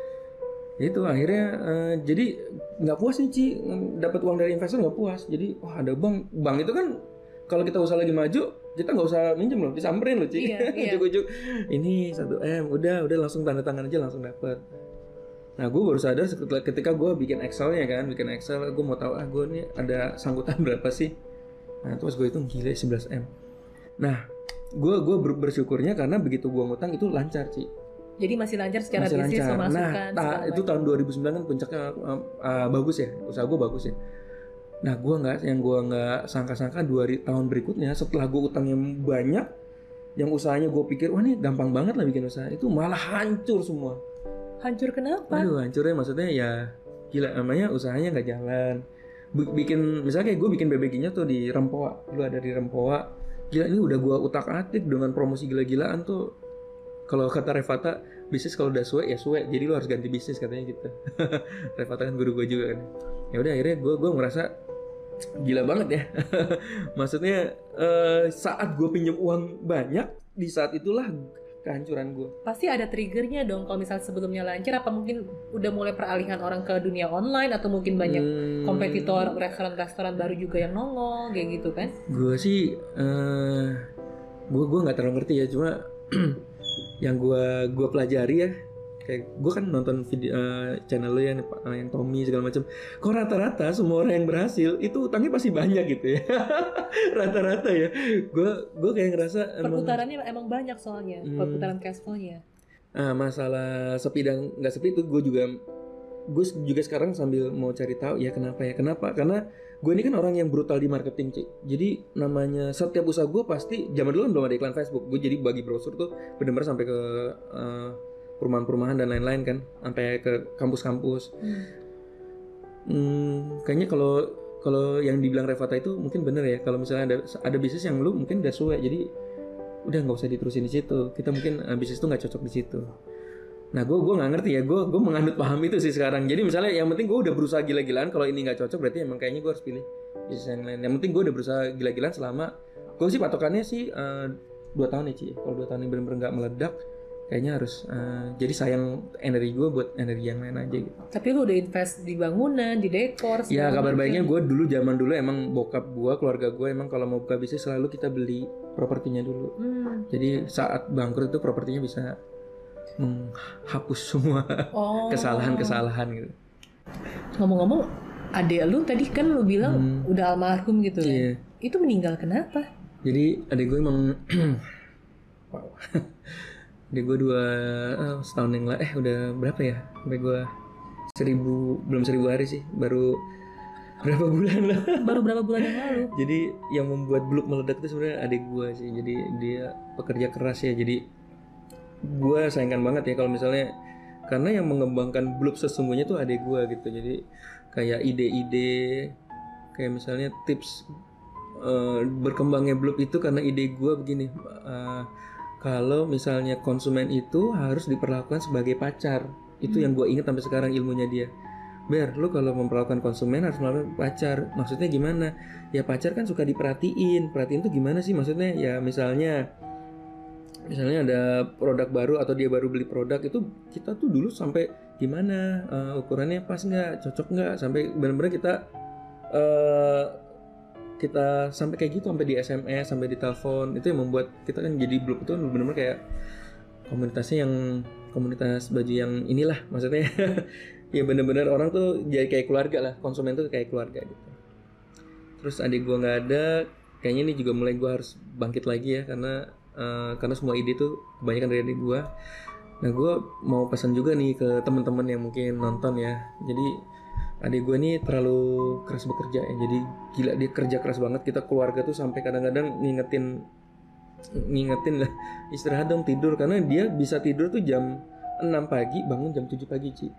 Speaker 1: Itu akhirnya uh, jadi nggak puas nih Ci, dapat uang dari investor nggak puas. Jadi wah ada bank, bank itu kan kalau kita usaha lagi maju kita nggak usah minjem loh, disamperin loh Ci. Iya, iya. Ujuk-ujuk ini satu M, udah udah langsung tanda tangan aja langsung dapat. Nah gue baru sadar ketika gue bikin Excelnya kan, bikin Excel, gue mau tahu ah gue nih ada sangkutan berapa sih. Nah terus gue hitung gila sebelas M. Nah gue gue bersyukurnya karena begitu gue ngutang itu lancar Ci.
Speaker 2: Jadi masih lancar secara masih bisnis lancar. Memasukkan.
Speaker 1: Nah ta- itu tahun dua ribu sembilan kan puncaknya uh, uh, bagus ya, usaha gue bagus ya. Nah gue nggak, yang gue nggak sangka-sangka dua ri- tahun berikutnya setelah gue utang yang banyak, yang usahanya gue pikir wah ini gampang banget lah bikin usaha, itu malah hancur semua.
Speaker 2: Hancur kenapa?
Speaker 1: Aduh hancurnya maksudnya ya gila, namanya usahanya nggak jalan. Bikin misalnya kayak gue bikin B B G-nya tuh di Rempoa, lu ada di Rempoa, gila ini udah gue utak-atik dengan promosi gila-gilaan tuh. Kalau kata Revata, bisnis kalau udah suwe ya suwe, jadi lu harus ganti bisnis katanya gitu. Revata kan guru gue juga kan. Ya udah akhirnya gue gue ngerasa gila banget ya. Maksudnya uh, saat gue pinjam uang banyak, di saat itulah kehancuran gue.
Speaker 2: Pasti ada triggernya dong kalau misalnya sebelumnya lancar, apa mungkin udah mulai peralihan orang ke dunia online, atau mungkin banyak hmm. kompetitor restoran-restoran baru juga yang nongol kayak gitu kan?
Speaker 1: Gue sih uh, gue gue nggak terlalu ngerti ya, cuma yang gue gue pelajari ya, kayak gue kan nonton video uh, channel lu yang uh, yang Tommy segala macam. Kok rata-rata semua orang yang berhasil itu utangnya pasti banyak gitu ya. Rata-rata ya. Gue gue kayak ngerasa
Speaker 2: perputarannya emang, emang banyak soalnya, hmm. perputaran cash flow-nya.
Speaker 1: Ah, masalah sepi dan nggak sepi itu gue juga gue juga sekarang sambil mau cari tahu ya kenapa ya kenapa karena gue ini kan orang yang brutal di marketing Ci. Jadi namanya setiap usaha gue pasti zaman dulu kan belum ada iklan Facebook. Gue jadi bagi brosur tuh benar-benar sampai ke uh, perumahan-perumahan dan lain-lain kan, sampai ke kampus-kampus. Hmm. Hmm, kayaknya kalau kalau yang dibilang Revata itu mungkin bener ya. Kalau misalnya ada ada bisnis yang lu mungkin udah suwe, jadi udah nggak usah diterusin di situ. Kita mungkin uh, bisnis itu nggak cocok di situ. Nah, gue gue nggak ngerti ya, gue gue menganut paham itu sih sekarang. Jadi misalnya yang penting gue udah berusaha gila-gilaan, kalau ini nggak cocok berarti emang kayaknya gue harus pilih bisnis yang lain. Yang penting gue udah berusaha gila-gilaan selama, gue sih patokannya sih uh, dua tahun ya Ci. Kalau dua tahun ini benar-benar nggak meledak, kayaknya harus. Uh, jadi sayang energi gue buat energi yang lain aja gitu.
Speaker 2: Tapi lu udah invest di bangunan, di dekor.
Speaker 1: Ya kabar baiknya gue dulu zaman dulu emang bokap gue, keluarga gue emang kalau mau buka bisnis selalu kita beli propertinya dulu. Hmm. Jadi saat bangkrut itu propertinya bisa menghapus semua oh. kesalahan-kesalahan gitu.
Speaker 2: Ngomong-ngomong, adek lu tadi kan lu bilang hmm. udah almarhum gitu
Speaker 1: yeah.
Speaker 2: kan? Itu meninggal kenapa?
Speaker 1: Jadi adek gue emang wow. Adek gue dua oh, setahun yang lalu eh udah berapa ya? Sampai gue seribu belum seribu hari sih, baru berapa bulan lah.
Speaker 2: Baru berapa bulan yang lalu.
Speaker 1: Jadi yang membuat Blue meledak itu sebenarnya adek gue sih. Jadi dia pekerja keras ya. Jadi gue sayangkan banget ya kalau misalnya karena yang mengembangkan Blue sesungguhnya tuh adek gue gitu. Jadi kayak ide-ide kayak misalnya tips uh, berkembangnya Blue itu karena ide gue begini, uh, kalau misalnya konsumen itu harus diperlakukan sebagai pacar. Itu hmm. yang gue ingat sampai sekarang ilmunya dia. Ber, lu kalau memperlakukan konsumen harus melakukan pacar. Maksudnya gimana? Ya pacar kan suka diperhatiin. Perhatiin tuh gimana sih maksudnya? Ya misalnya misalnya ada produk baru atau dia baru beli produk itu kita tuh dulu sampai gimana uh, ukurannya pas nggak, cocok nggak, sampai benar-benar kita uh, kita sampai kayak gitu, sampai di S M S, sampai di telepon. Itu yang membuat kita kan jadi Blue itu benar-benar kayak komunitasnya yang komunitas baju yang inilah maksudnya. Ya benar-benar orang tuh jadi kayak keluarga lah, konsumen tuh kayak keluarga gitu. Terus adik gue nggak ada, kayaknya ini juga mulai gue harus bangkit lagi ya karena Uh, karena semua ide tuh kebanyakan dari adik gue. Nah gue mau pesan juga nih ke teman-teman yang mungkin nonton ya. Jadi adik gue nih terlalu keras bekerja ya. Jadi gila dia kerja keras banget. Kita keluarga tuh sampai kadang-kadang ngingetin ngingetin lah istirahat dong, tidur. Karena dia bisa tidur tuh jam enam pagi, bangun jam tujuh pagi Ci.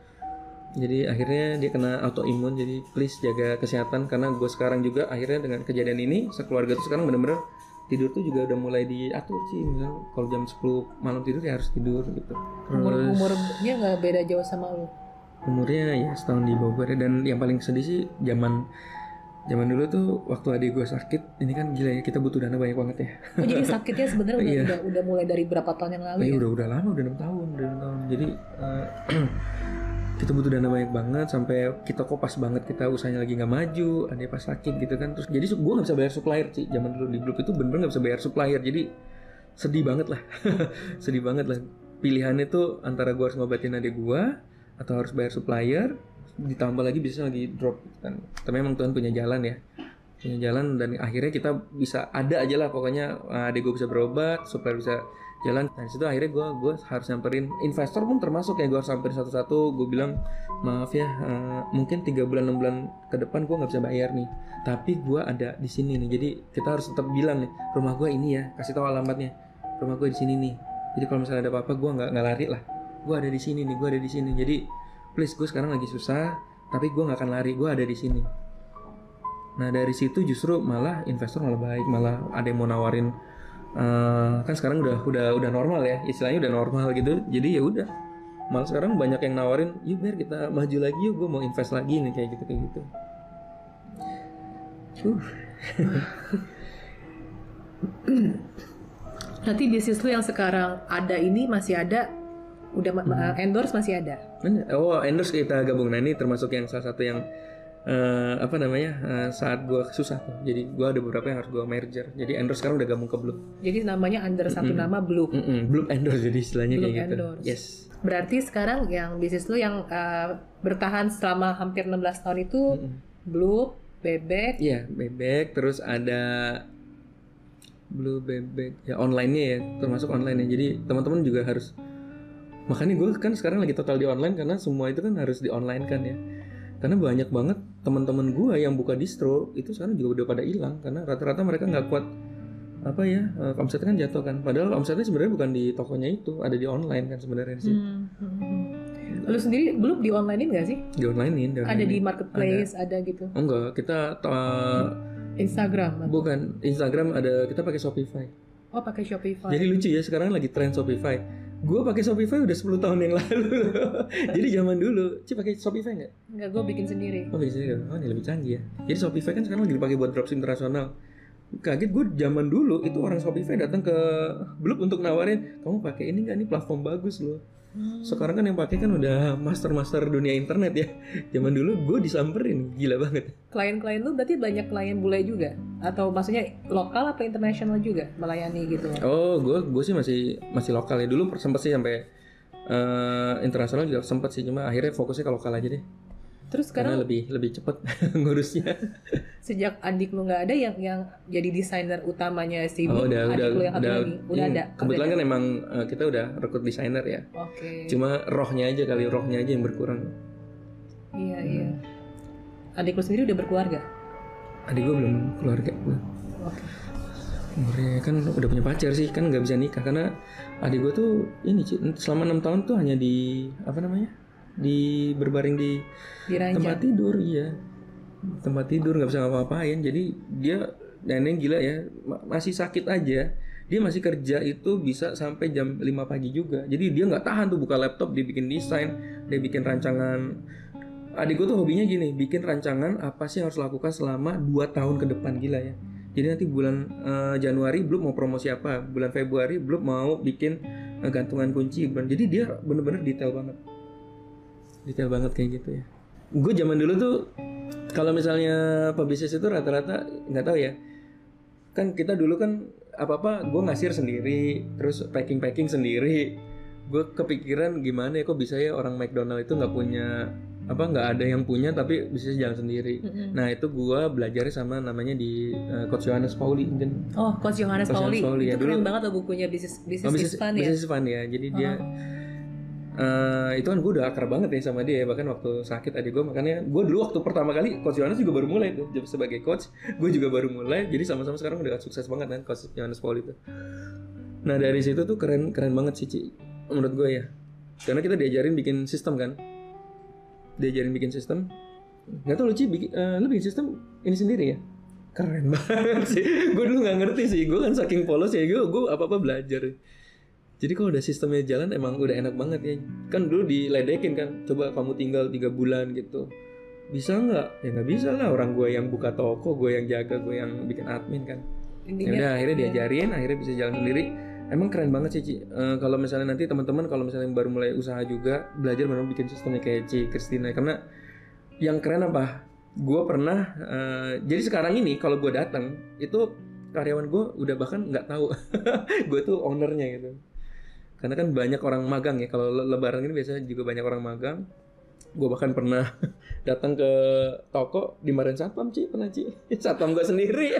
Speaker 1: Jadi akhirnya dia kena autoimun. Jadi please jaga kesehatan. Karena gue sekarang juga akhirnya dengan kejadian ini sekeluarga tuh sekarang bener-bener tidur tuh juga udah mulai diatur sih. Misal kalau jam sepuluh malam tidur ya harus tidur gitu. Terus
Speaker 2: umur umurnya nggak beda jauh sama lu?
Speaker 1: Umurnya ya setahun di Bogor ya. Dan yang paling sedih sih zaman zaman dulu tuh waktu adik gue sakit, ini kan gila ya, kita butuh dana banyak banget ya.
Speaker 2: Oh jadi sakitnya sebenarnya udah, udah udah mulai dari berapa tahun yang lalu
Speaker 1: ya?
Speaker 2: Ya
Speaker 1: Udah udah lama, udah enam tahun, udah enam tahun. Jadi uh, kita butuh dana banyak banget sampai kita kopas banget, kita usahanya lagi nggak maju, ada pas sakit gitu kan. Terus jadi gue nggak bisa bayar supplier sih zaman dulu di Blue itu bener-bener nggak bisa bayar supplier. Jadi sedih banget lah, sedih banget lah. Pilihannya tuh antara gue harus ngobatin adik gue atau harus bayar supplier, ditambah lagi bisnisnya lagi drop kan. Tapi memang Tuhan punya jalan ya, punya jalan dan akhirnya kita bisa ada aja lah pokoknya. Adik gue bisa berobat, supplier bisa jalan. Nah disitu akhirnya gue gue harus nyamperin investor pun termasuk ya, gue harus samperin satu-satu. Gue bilang maaf ya, uh, mungkin tiga bulan enam bulan ke depan gue nggak bisa bayar nih, tapi gue ada di sini nih. Jadi kita harus tetap bilang nih, rumah gue ini ya, kasih tahu alamatnya, rumah gue di sini nih. Jadi kalau misalnya ada apa-apa gue nggak nggak lari lah, gue ada di sini nih, gue ada di sini. Jadi please, gue sekarang lagi susah, tapi gue nggak akan lari, gue ada di sini. Nah dari situ justru malah investor malah baik, malah ada yang mau nawarin. Uh, kan sekarang udah udah udah normal ya, istilahnya udah normal gitu. Jadi ya udah, malah sekarang banyak yang nawarin, yuk biar kita maju lagi, yuk gue mau invest lagi nih, kayak gitu kayak gitu. Uh.
Speaker 2: Nanti bisnis lu yang sekarang ada ini masih ada, udah hmm. endorse masih ada?
Speaker 1: Oh endorse kita gabung. Nah ini termasuk yang salah satu yang uh, apa namanya uh, saat gue susah tuh. Jadi gue ada beberapa yang harus gue merger. Jadi Endorse sekarang udah gabung ke Bloop.
Speaker 2: Jadi namanya under satu
Speaker 1: Mm-mm.
Speaker 2: nama Bloop.
Speaker 1: Mm-mm. Bloop Endorse jadi istilahnya
Speaker 2: Bloop
Speaker 1: kayak gitu.
Speaker 2: Endorse.
Speaker 1: Yes.
Speaker 2: Berarti sekarang yang bisnis lu yang uh, bertahan selama hampir enam belas tahun itu Mm-mm. Bloop, Bebek.
Speaker 1: Iya, Bebek, terus ada Blue Bebek ya online-nya ya, termasuk online ya. Jadi teman-teman juga harus, makanya gue kan sekarang lagi total di online karena semua itu kan harus di online kan ya. Karena banyak banget teman-teman gue yang buka distro itu sekarang juga udah pada hilang karena rata-rata mereka nggak kuat apa ya, omsetnya kan jatuh kan. Padahal omsetnya sebenarnya bukan di tokonya itu, ada di online kan sebenarnya sih. Hmm.
Speaker 2: Hmm. Lu sendiri belum di online-in nggak sih?
Speaker 1: Di online-in.
Speaker 2: Ada di marketplace, ada, ada gitu.
Speaker 1: Oh, enggak, kita uh,
Speaker 2: Instagram.
Speaker 1: Bukan, Instagram ada, kita pakai Shopify.
Speaker 2: Oh, pakai Shopify.
Speaker 1: Jadi lucu ya, sekarang lagi tren Shopify. Gue pakai Shopify udah sepuluh tahun yang lalu. Jadi zaman dulu, Ci pakai Shopify nggak?
Speaker 2: Nggak, gue bikin sendiri.
Speaker 1: Oh, bikin sendiri. Oh, ini lebih canggih ya. Jadi Shopify kan sekarang lagi dipakai buat dropship internasional. Kaget gue zaman dulu itu orang Shopify datang ke Bloop untuk nawarin, kamu pakai ini nggak, nih platform bagus loh. Hmm. Sekarang kan yang pakai kan udah master-master dunia internet ya. Zaman dulu gue disamperin, gila banget.
Speaker 2: Klien-klien lu berarti banyak klien bule juga? Atau maksudnya lokal atau internasional juga melayani gitu?
Speaker 1: Oh, gue gue sih masih masih lokal ya. Dulu sempat sih sampai uh, internasional juga sempat sih, cuma akhirnya fokusnya ke lokal aja deh.
Speaker 2: Terus sekarang
Speaker 1: karena lebih lebih cepet ngurusnya.
Speaker 2: Sejak adik lu nggak ada yang yang jadi desainer utamanya si
Speaker 1: oh, udah,
Speaker 2: adik
Speaker 1: udah,
Speaker 2: lu yang satu
Speaker 1: udah,
Speaker 2: lagi udah ada.
Speaker 1: Kebetulan
Speaker 2: ada.
Speaker 1: kan emang uh, kita udah rekrut desainer ya.
Speaker 2: Oke. Okay.
Speaker 1: Cuma rohnya aja kali, rohnya aja yang berkurang.
Speaker 2: Iya hmm. iya. Adik lu sendiri udah berkeluarga?
Speaker 1: Adik gue belum keluarga. Oke. Okay. Umurnya kan udah punya pacar sih, kan nggak bisa nikah karena adik gue tuh ini selama enam tahun tuh hanya di apa namanya? di berbaring di, di tempat tidur, iya tempat tidur, nggak bisa ngapa-ngapain. Jadi dia nenek gila ya, masih sakit aja dia masih kerja itu bisa sampai jam lima pagi juga. Jadi dia nggak tahan tuh buka laptop, dia bikin desain, dia bikin rancangan. Adik gue tuh hobinya gini, bikin rancangan apa sih yang harus lakukan selama dua tahun ke depan, gila ya. Jadi nanti bulan uh, Januari Bloop mau promosi apa, bulan Februari Bloop mau bikin uh, gantungan kunci. Jadi dia bener-bener detail banget. Detail banget kayak gitu ya. Gue zaman dulu tuh kalau misalnya pebisnis itu rata-rata nggak tahu ya. Kan kita dulu kan apa-apa gue ngasir sendiri, terus packing-packing sendiri. Gue kepikiran gimana ya kok bisa ya orang McDonald itu nggak punya apa nggak ada yang punya tapi bisa jalan sendiri. Mm-hmm. Nah itu gue belajarnya sama namanya di uh, Coach Johannes Pauli.
Speaker 2: Oh Coach Johannes Pauli. Itu
Speaker 1: ya,
Speaker 2: keren
Speaker 1: dulu,
Speaker 2: banget loh bukunya bisnis bisnis
Speaker 1: oh, bisnis
Speaker 2: fun ya.
Speaker 1: Bisnis fun ya. Jadi uh-huh. dia Uh, itu kan gue udah akrab banget ya sama dia, bahkan waktu sakit adik gue, makanya gue dulu waktu pertama kali Coach Johannes juga baru mulai tuh sebagai coach, gue juga baru mulai, jadi sama-sama sekarang udah sukses banget kan Coach Johannes Pauli itu. Nah dari situ tuh keren keren banget sih Ci, menurut gue ya, karena kita diajarin bikin sistem kan, diajarin bikin sistem, nggak tahu lu Ci, bikin, uh, lu bikin sistem ini sendiri ya, keren banget sih, gue dulu nggak ngerti sih, gue kan saking polos ya, gue gue apa apa belajar. Jadi kalau udah sistemnya jalan emang udah enak banget ya. Kan dulu diledekin kan, coba kamu tinggal tiga bulan gitu. Bisa nggak? Ya nggak bisa lah, orang gue yang buka toko, gue yang jaga, gue yang bikin admin kan. Ya udah akhirnya diajarin, ya. Akhirnya bisa jalan sendiri. Emang keren banget sih Ci. Uh, kalau misalnya nanti teman-teman kalau misalnya baru mulai usaha juga belajar benar bikin sistemnya kayak Ci, Christina. Karena yang keren apa? Gue pernah. Uh, jadi sekarang ini kalau gue datang itu karyawan gue udah bahkan nggak tahu gue tuh ownernya gitu. Karena kan banyak orang magang ya, kalau lebaran ini biasanya juga banyak orang magang. Gue bahkan pernah datang ke toko dimarahin satpam Ci, pernah Ci, satpam gue sendiri.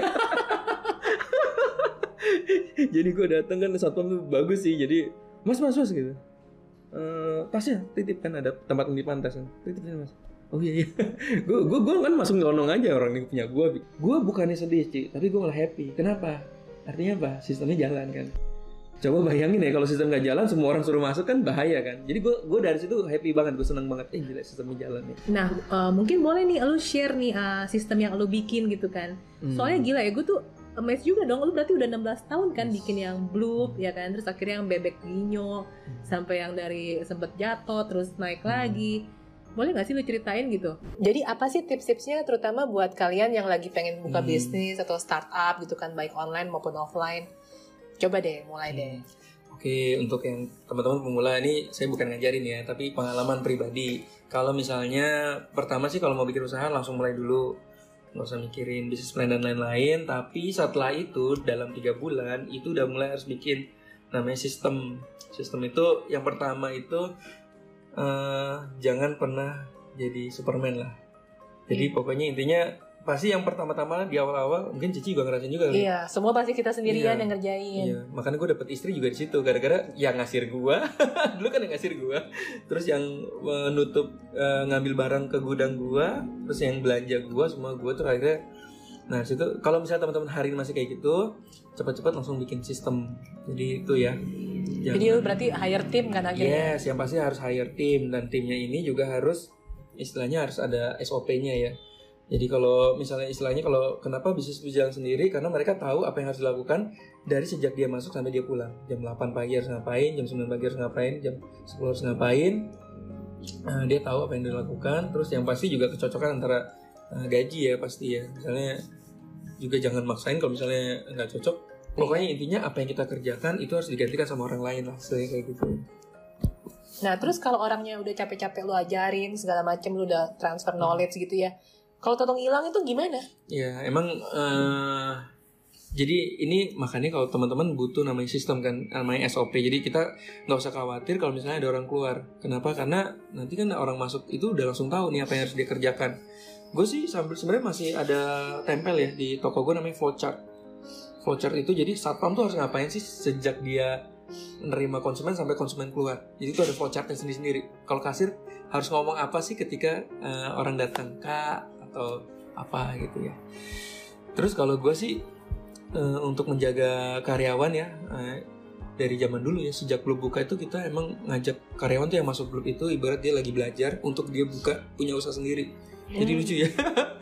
Speaker 1: Jadi gue datang kan satpam tuh bagus sih, jadi mas mas mas gitu, e, tasnya titip kan, ada tempat penitipan tas kan, titipnya mas. Oh iya iya, gue gue gue kan masuk nyelonong aja, orang ini punya gue. Gue bukannya sedih Ci, tapi gue malah happy. Kenapa? Artinya apa? Sistemnya jalan kan. Coba bayangin ya kalau sistem nggak jalan semua orang suruh masuk kan bahaya kan. Jadi gue gue dari situ happy banget, gue seneng banget. Eh gila sistemnya jalan nih.
Speaker 2: Nah uh, mungkin boleh nih lu share nih uh, sistem yang lu bikin gitu kan. Hmm. Soalnya gila ya, gue tuh amazed juga dong. Lu berarti udah enam belas tahun kan yes. bikin yang Bloop ya kan. Terus akhirnya yang Bebek Ginyo hmm. sampai yang dari sempet jatuh terus naik hmm. lagi. Boleh nggak sih lu ceritain gitu? Jadi apa sih tips-tipsnya terutama buat kalian yang lagi pengen buka hmm. bisnis atau startup gitu kan, baik online maupun offline? Coba deh, mulai hmm. deh.
Speaker 1: Oke, untuk yang teman-teman pemula ini saya bukan ngajarin ya, tapi pengalaman pribadi. Kalau misalnya pertama sih kalau mau bikin usaha langsung mulai dulu, nggak usah mikirin bisnis plan dan lain-lain. Tapi setelah itu dalam tiga bulan itu udah mulai harus bikin namanya sistem. Sistem itu yang pertama itu uh, jangan pernah jadi Superman lah. Jadi yeah. pokoknya intinya pasti yang pertama-tama di awal-awal mungkin Cici juga ngerasain juga.
Speaker 2: Iya, semua pasti kita sendirian iya, yang ngerjain.
Speaker 1: Iya, makanya gue dapet istri juga di situ gara-gara yang ngasir gue, dulu kan yang ngasir gue, terus yang menutup uh, ngambil barang ke gudang gue, terus yang belanja gue semua gue tuh akhirnya. Nah situ kalau misalnya teman-teman hari ini masih kayak gitu, cepat-cepat langsung bikin sistem. Jadi itu ya.
Speaker 2: Yang, Jadi berarti hire team kan akhirnya?
Speaker 1: Yes, yang pasti harus hire team dan timnya ini juga harus istilahnya harus ada S O P-nya ya. Jadi kalau misalnya istilahnya kalau kenapa bisnis berjalan sendiri karena mereka tahu apa yang harus dilakukan dari sejak dia masuk sampai dia pulang. Jam delapan pagi harus ngapain, jam sembilan pagi harus ngapain, jam sepuluh harus ngapain. Nah, dia tahu apa yang dilakukan. Terus yang pasti juga kecocokan antara uh, gaji ya pasti ya. Misalnya juga jangan maksain kalau misalnya nggak cocok. Pokoknya intinya apa yang kita kerjakan itu harus digantikan sama orang lain lah, saya kayak gitu.
Speaker 2: Nah terus kalau orangnya udah capek-capek lu ajarin segala macam, lu udah transfer knowledge gitu ya. Kalau totong hilang itu gimana?
Speaker 1: Ya emang uh, jadi ini makanya kalau teman-teman butuh namanya sistem kan, namanya S O P. Jadi kita nggak usah khawatir kalau misalnya ada orang keluar. Kenapa? Karena nanti kan orang masuk itu udah langsung tahu nih apa yang harus dia kerjakan. Gue sih sambil sebenarnya masih ada tempel ya di toko gue namanya flowchart. Flowchart itu jadi satpam tuh harus ngapain sih sejak dia menerima konsumen sampai konsumen keluar. Jadi itu ada flowchartnya sendiri-sendiri. Kalau kasir harus ngomong apa sih ketika uh, orang datang, Kak atau apa gitu ya. Terus kalau gue sih uh, untuk menjaga karyawan ya uh, dari zaman dulu ya, sejak Blue buka itu kita emang ngajak karyawan tuh yang masuk Blue itu ibarat dia lagi belajar untuk dia buka punya usaha sendiri. Hmm. Jadi lucu ya.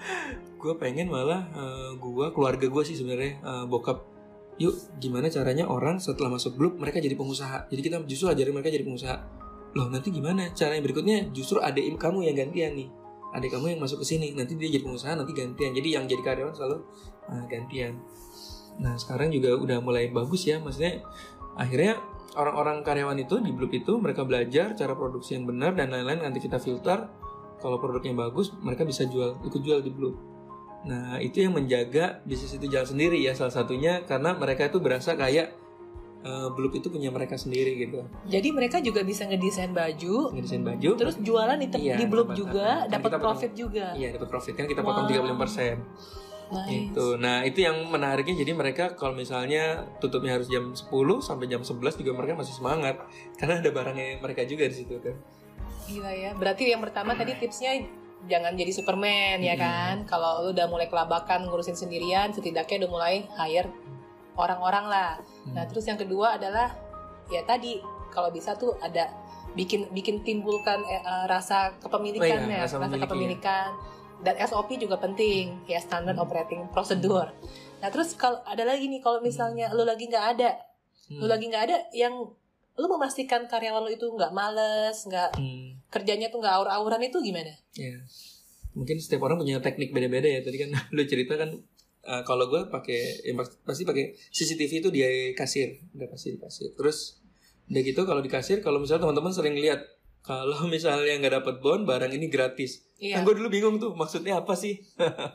Speaker 1: Gue pengen malah uh, gue keluarga gue sih sebenarnya uh, bokap, yuk gimana caranya orang setelah masuk Blue mereka jadi pengusaha. Jadi kita justru ajarin mereka jadi pengusaha. Loh nanti gimana caranya berikutnya, justru adik kamu yang gantian nih, adik kamu yang masuk ke sini, nanti dia jadi pengusaha, nanti gantian. Jadi yang jadi karyawan selalu uh, gantian. Nah sekarang juga udah mulai bagus ya, maksudnya akhirnya orang-orang karyawan itu di Blue itu mereka belajar cara produksi yang benar dan lain-lain, nanti kita filter. Kalau produknya bagus mereka bisa jual, ikut jual di Blue. Nah itu yang menjaga bisnis itu jalan sendiri ya, salah satunya karena mereka itu berasa kayak Uh, Blue itu punya mereka sendiri gitu.
Speaker 2: Jadi mereka juga bisa ngedesain baju,
Speaker 1: ngedesain baju,
Speaker 2: terus jualan di, te- iya, di Blue juga, dapat profit
Speaker 1: potong,
Speaker 2: juga.
Speaker 1: Iya, dapat profit kan kita potong wow. tiga puluh lima persen.
Speaker 2: Nice.
Speaker 1: Gitu. Nah, itu yang menariknya, jadi mereka kalau misalnya tutupnya harus jam sepuluh sampai jam sebelas juga mereka masih semangat karena ada barangnya mereka juga di situ kan.
Speaker 2: Gila ya. Berarti yang pertama tadi tipsnya jangan jadi Superman hmm. ya kan. Kalau lu udah mulai kelabakan ngurusin sendirian, setidaknya udah mulai hire orang-orang lah. Hmm. Nah, terus yang kedua adalah ya tadi kalau bisa tuh ada bikin bikin timbulkan eh, uh, rasa kepemilikan oh, iya, ya, rasa, rasa kepemilikan dan S O P juga penting ya, standard hmm. operating procedure. Nah, terus kalau ada lagi nih kalau misalnya lu lagi nggak ada, hmm. lu lagi nggak ada, yang lu memastikan karyawan lu itu nggak males, nggak hmm. kerjanya tuh nggak aur-auran, itu gimana?
Speaker 1: Ya, mungkin setiap orang punya teknik beda-beda ya. Tadi kan lu cerita kan. Uh, kalau gue pakai ya pasti pakai C C T V itu di kasir, udah pasti di kasir. Terus udah gitu kalau di kasir, kalau misalnya teman-teman sering lihat kalau misalnya nggak dapat bon barang ini gratis, iya. Kan gue dulu bingung tuh maksudnya apa sih.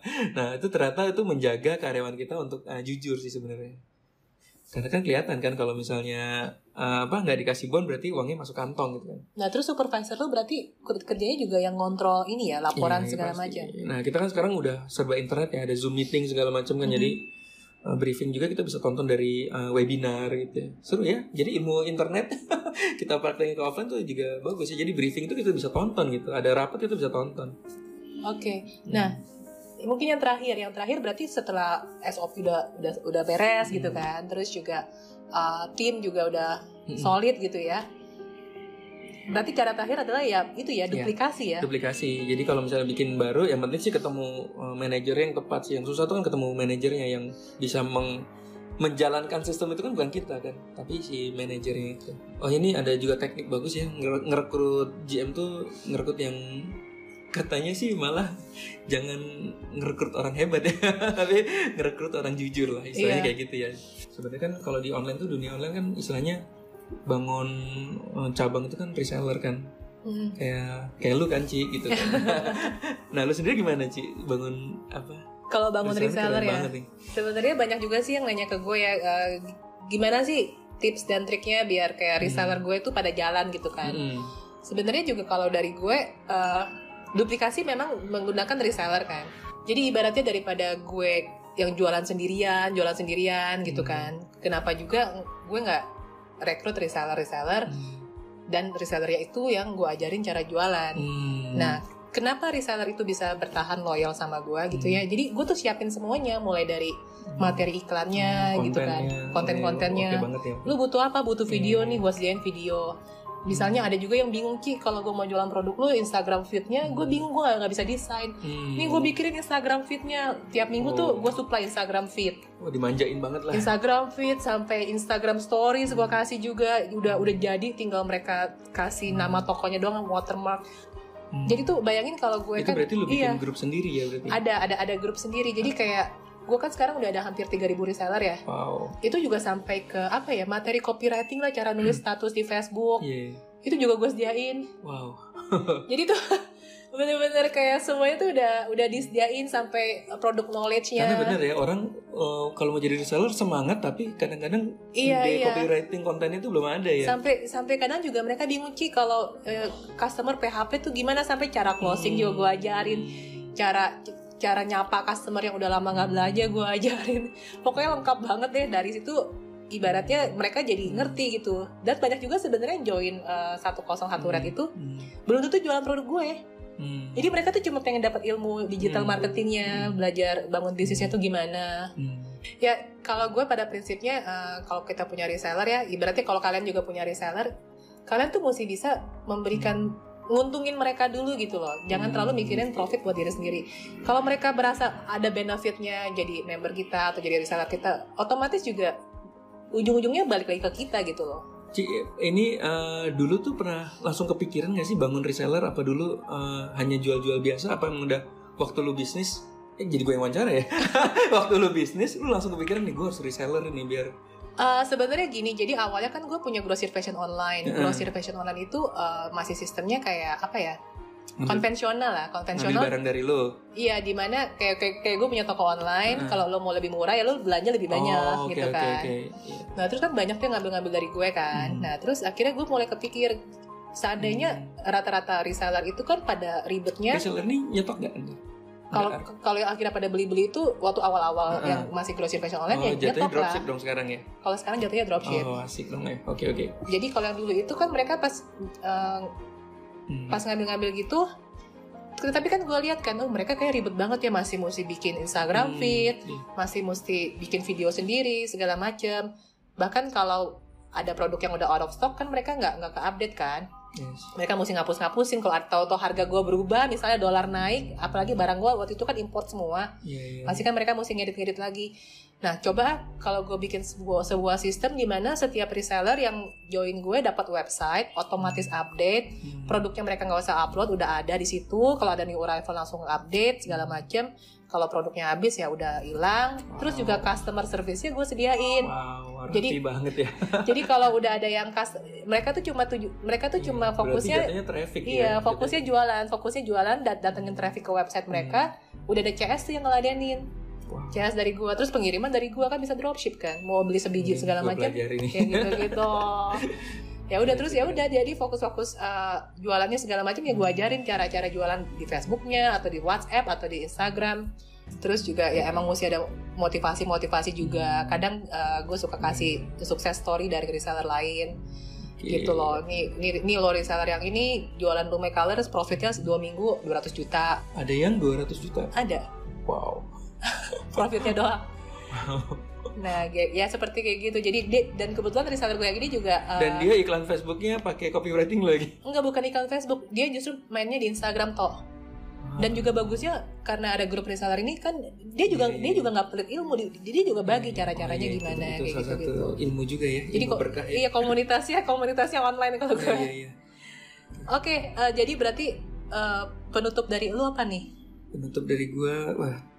Speaker 1: Nah itu ternyata itu menjaga karyawan kita untuk uh, jujur sih sebenarnya. Karena kan kelihatan kan kalau misalnya uh, apa nggak dikasih bon berarti uangnya masuk kantong gitu kan.
Speaker 2: Nah terus supervisor lu berarti kerjanya juga yang ngontrol ini ya, laporan ya, segala macam.
Speaker 1: Nah kita kan sekarang udah serba internet ya, ada Zoom meeting segala macam kan, mm-hmm. jadi uh, briefing juga kita bisa tonton dari uh, webinar gitu ya. Seru ya, jadi ilmu internet kita praktekin ke offline tuh juga bagus ya. Jadi briefing itu kita bisa tonton gitu, ada rapat itu bisa tonton.
Speaker 2: Oke, okay. hmm. Nah mungkin yang terakhir, yang terakhir berarti setelah S O P udah udah udah beres hmm. gitu kan, terus juga uh, tim juga udah hmm. solid gitu ya. Berarti cara terakhir adalah ya itu ya duplikasi ya. ya.
Speaker 1: Duplikasi. Jadi kalau misalnya bikin baru, yang penting sih ketemu uh, manajernya yang tepat sih. Yang susah tuh kan ketemu manajernya yang bisa meng menjalankan sistem itu kan bukan kita kan, tapi si manajernya itu. Oh ini ada juga teknik bagus ya, ngerekrut G M tuh ngerekrut yang katanya sih malah jangan ngerekrut orang hebat ya, tapi ngerekrut orang jujur lah istilahnya, yeah. Kayak gitu ya. Sebenarnya kan kalau di online tuh, dunia online kan istilahnya bangun cabang itu kan reseller kan. Hmm. Kayak kayak lu kan Ci gitu kan. Nah lu sendiri gimana Ci bangun apa?
Speaker 2: Kalau bangun reseller, reseller ya sebenarnya banyak juga sih yang nanya ke gue ya, uh, gimana sih tips dan triknya biar kayak reseller hmm. gue tuh pada jalan gitu kan. Hmm. Sebenarnya juga kalau dari gue uh, duplikasi memang menggunakan reseller kan. Jadi ibaratnya daripada gue yang jualan sendirian, jualan sendirian gitu hmm. kan. Kenapa juga gue nggak rekrut reseller-reseller hmm. dan resellernya itu yang gue ajarin cara jualan. Hmm. Nah, kenapa reseller itu bisa bertahan loyal sama gue gitu ya? Jadi gue tuh siapin semuanya, mulai dari materi iklannya hmm, gitu kan, konten-kontennya. Okay ya. Lu butuh apa? Butuh video hmm. nih, gue sediain video. Misalnya ada juga yang bingung Ci, kalau gue mau jualan produk lu Instagram feed-nya, gue bingung, gue gak, gak bisa desain. Hmm. Nih gue bikirin Instagram feed-nya, tiap minggu oh. tuh gue supply Instagram feed.
Speaker 1: Wah oh, dimanjain banget lah.
Speaker 2: Instagram feed sampai Instagram stories gue kasih juga, udah udah jadi, tinggal mereka kasih nama tokonya doang, watermark. Hmm. Jadi tuh bayangin kalau gue
Speaker 1: itu
Speaker 2: kan,
Speaker 1: berarti lu bikin
Speaker 2: iya,
Speaker 1: grup sendiri ya berarti?
Speaker 2: Ada ada ada grup sendiri, jadi kayak gue kan sekarang udah ada hampir tiga ribu reseller ya.
Speaker 1: Wow.
Speaker 2: Itu juga sampai ke apa ya, materi copywriting lah, cara nulis status di Facebook.
Speaker 1: Yeah.
Speaker 2: Itu juga gue sediain.
Speaker 1: Wow.
Speaker 2: Jadi tuh bener-bener kayak semuanya tuh udah udah disediain sampai produk knowledge-nya.
Speaker 1: Karena bener ya, orang uh, kalau mau jadi reseller semangat, tapi kadang-kadang
Speaker 2: iya,
Speaker 1: di
Speaker 2: iya.
Speaker 1: copywriting kontennya itu belum ada ya.
Speaker 2: Sampai sampai kadang juga mereka bingung Ci kalau uh, customer P H P tuh gimana, sampai cara closing hmm. juga gue ajarin, cara cara nyapa customer yang udah lama nggak belanja gue ajarin. Pokoknya lengkap banget deh. Dari situ ibaratnya mereka jadi ngerti gitu. Dan banyak juga sebenarnya join uh, seratus satu Red itu hmm. belum tentu jualan produk gue. Hmm. Jadi mereka tuh cuma pengen dapat ilmu digital hmm. marketingnya, hmm. belajar bangun bisnisnya tuh gimana. Hmm. Ya kalau gue pada prinsipnya uh, kalau kita punya reseller ya, ibaratnya kalau kalian juga punya reseller, kalian tuh mesti bisa memberikan hmm. nguntungin mereka dulu gitu loh. Jangan terlalu mikirin profit buat diri sendiri. Kalau mereka berasa ada benefitnya jadi member kita atau jadi reseller kita, otomatis juga ujung-ujungnya balik lagi ke kita gitu loh.
Speaker 1: Ci, ini uh, dulu tuh pernah langsung kepikiran gak sih bangun reseller? Apa dulu uh, hanya jual-jual biasa? Apa emang udah waktu lu bisnis? Eh jadi gue yang wawancara ya. Waktu lu bisnis, lu langsung kepikiran nih gue harus reseller nih biar.
Speaker 2: Uh, sebenarnya gini, jadi awalnya kan gue punya grosir fashion online. Uh-huh. Grosir fashion online itu uh, masih sistemnya kayak apa ya? Konvensional lah, konvensional.
Speaker 1: Ngambil barang dari lo.
Speaker 2: Iya, di mana kayak kayak, kayak gue punya toko online. Uh-huh. Kalau lo mau lebih murah ya lo belanja lebih banyak oh, okay, gitu kan. Okay, okay. Yeah. Nah terus kan banyak tuh yang ngambil-ngambil dari gue kan. Hmm. Nah terus akhirnya gue mulai kepikir, seandainya hmm. rata-rata reseller itu kan pada ribetnya.
Speaker 1: Reseller nih nyetok gak?
Speaker 2: Kalau kalau yang akhirnya pada beli-beli itu waktu awal-awal uh-huh. yang masih grosir fashion online
Speaker 1: oh,
Speaker 2: ya nyetok lah.
Speaker 1: Dropship dong sekarang ya.
Speaker 2: Kalau sekarang jatuhnya dropship.
Speaker 1: Oh asik dong ya. Oke okay, oke. Okay.
Speaker 2: Jadi kalau yang dulu itu kan mereka pas uh, hmm. pas ngambil-ngambil gitu, tapi kan gue lihat kan, oh mereka kayak ribet banget ya, masih mesti bikin Instagram hmm. feed, hmm. masih mesti bikin video sendiri segala macam. Bahkan kalau ada produk yang udah out of stock kan mereka nggak nggak ke-update kan. Yes. Mereka mesti ngapus-ngapusin kalau tahu-tahu harga gue berubah, misalnya dolar naik, apalagi barang gue waktu itu kan import semua, yeah, yeah. pasti kan mereka mesti ngedit-ngedit lagi. Nah coba kalau gue bikin sebuah sebuah sistem di mana setiap reseller yang join gue dapat website otomatis update, hmm. produknya mereka nggak usah upload, udah ada di situ. Kalau ada new arrival langsung update segala macam. Kalau produknya habis ya udah hilang. Wow. Terus juga customer service-nya gue sediain.
Speaker 1: Wow,
Speaker 2: jadi
Speaker 1: banget ya.
Speaker 2: Jadi kalau udah ada yang kas, mereka tuh cuma tuju, mereka tuh cuma fokusnya
Speaker 1: traffic,
Speaker 2: iya,
Speaker 1: ya,
Speaker 2: fokusnya jatuhnya. jualan, fokusnya jualan dat datengin traffic ke website mereka. Hmm. Udah ada C S tuh yang ngeladenin. Wow. C S dari gua, terus pengiriman dari gua kan bisa dropship kan. Mau beli sebiji hmm, segala macam. Kayak gitu-gitu. Ya udah terus ya udah jadi fokus-fokus uh, jualannya segala macam ya gue ajarin cara-cara jualan di Facebooknya atau di WhatsApp atau di Instagram. Terus juga ya emang mesti ada motivasi-motivasi juga. Kadang uh, gue suka kasih sukses story dari reseller lain. Okay. Gitu loh. Nih nih nih lo reseller yang ini jualan Lume Colors profitnya dua minggu dua ratus juta.
Speaker 1: Ada yang dua ratus juta?
Speaker 2: Ada.
Speaker 1: Wow.
Speaker 2: Profitnya doang. Nah, ya seperti kayak gitu. Jadi dia, dan kebetulan reseller gue yang ini juga uh,
Speaker 1: dan dia iklan Facebooknya pakai copywriting lagi.
Speaker 2: Enggak, bukan iklan Facebook. Dia justru mainnya di Instagram toh. Dan juga bagusnya karena ada grup reseller ini kan dia juga yeah, dia juga nggak pelit ilmu, dia juga bagi cara-caranya oh, iya, gimana itu, itu kayak gitu gitu.
Speaker 1: Ilmu juga ya.
Speaker 2: Jadi kok
Speaker 1: ya.
Speaker 2: Iya komunitasnya komunitasnya online kalau gue.
Speaker 1: Iya, iya.
Speaker 2: Oke, okay, uh, jadi berarti uh, penutup dari lu apa nih?
Speaker 1: Penutup dari gue, wah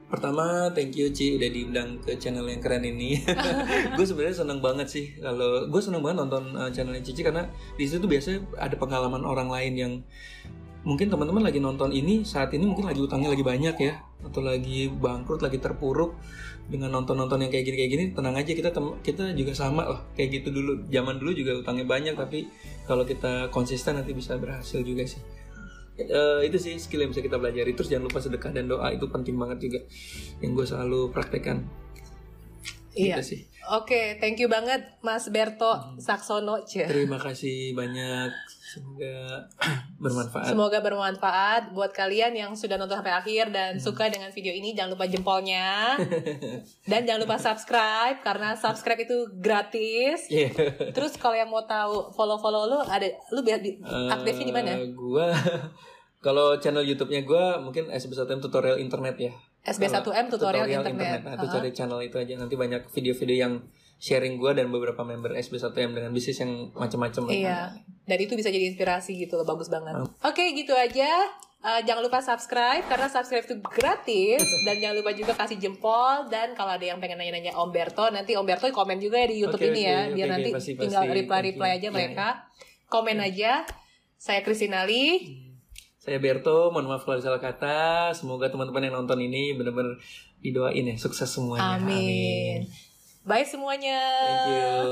Speaker 1: Pertama, thank you Ci udah diundang ke channel yang keren ini. Gue sebenarnya seneng banget sih kalau gue seneng banget nonton uh, channelnya Cici karena di situ tuh biasanya ada pengalaman orang lain yang mungkin teman-teman lagi nonton ini saat ini mungkin lagi utangnya lagi banyak ya, atau lagi bangkrut, lagi terpuruk dengan nonton-nonton yang kayak gini kayak gini. Tenang aja, kita tem- kita juga sama lah kayak gitu dulu. Zaman dulu juga utangnya banyak, tapi kalau kita konsisten nanti bisa berhasil juga sih. Uh, itu sih skill yang bisa kita pelajari. Terus jangan lupa sedekah dan doa, itu penting banget juga yang gue selalu praktekkan.
Speaker 2: Iya
Speaker 1: gitu sih.
Speaker 2: Oke, thank you banget Mas Berto hmm. Saksono.
Speaker 1: Terima kasih banyak. Semoga bermanfaat.
Speaker 2: Semoga bermanfaat buat kalian yang sudah nonton sampai akhir dan hmm. suka dengan video ini. Jangan lupa jempolnya dan jangan lupa subscribe karena subscribe itu gratis. Yeah. Terus kalau yang mau tahu follow-follow lu ada, lu biar di, aktifnya di mana?
Speaker 1: Uh, gua kalau channel YouTube-nya gue mungkin S B satu M tutorial internet ya.
Speaker 2: S B satu M tutorial, tutorial internet. internet.
Speaker 1: Nah, itu uh-huh. cari channel itu aja. Nanti banyak video-video yang sharing gue dan beberapa member S B satu M dengan bisnis yang macam-macam.
Speaker 2: Iya. Dan itu bisa jadi inspirasi gitu loh, bagus banget. Uh. Oke, okay, gitu aja. Uh, jangan lupa subscribe karena subscribe itu gratis dan jangan lupa juga kasih jempol. Dan kalau ada yang pengen nanya-nanya Om Berto, nanti Om Berto komen juga ya di YouTube okay, ini okay, ya, biar okay, nanti pasti, tinggal pasti, reply-reply aja mereka. Yeah. Komen yeah. aja. Saya Kristinali. Hmm.
Speaker 1: Saya Berto, mohon maaf kalau ada salah kata. Semoga teman-teman yang nonton ini benar-benar didoain ya, sukses semuanya.
Speaker 2: Amin. Amin. Bye semuanya.
Speaker 1: Thank you.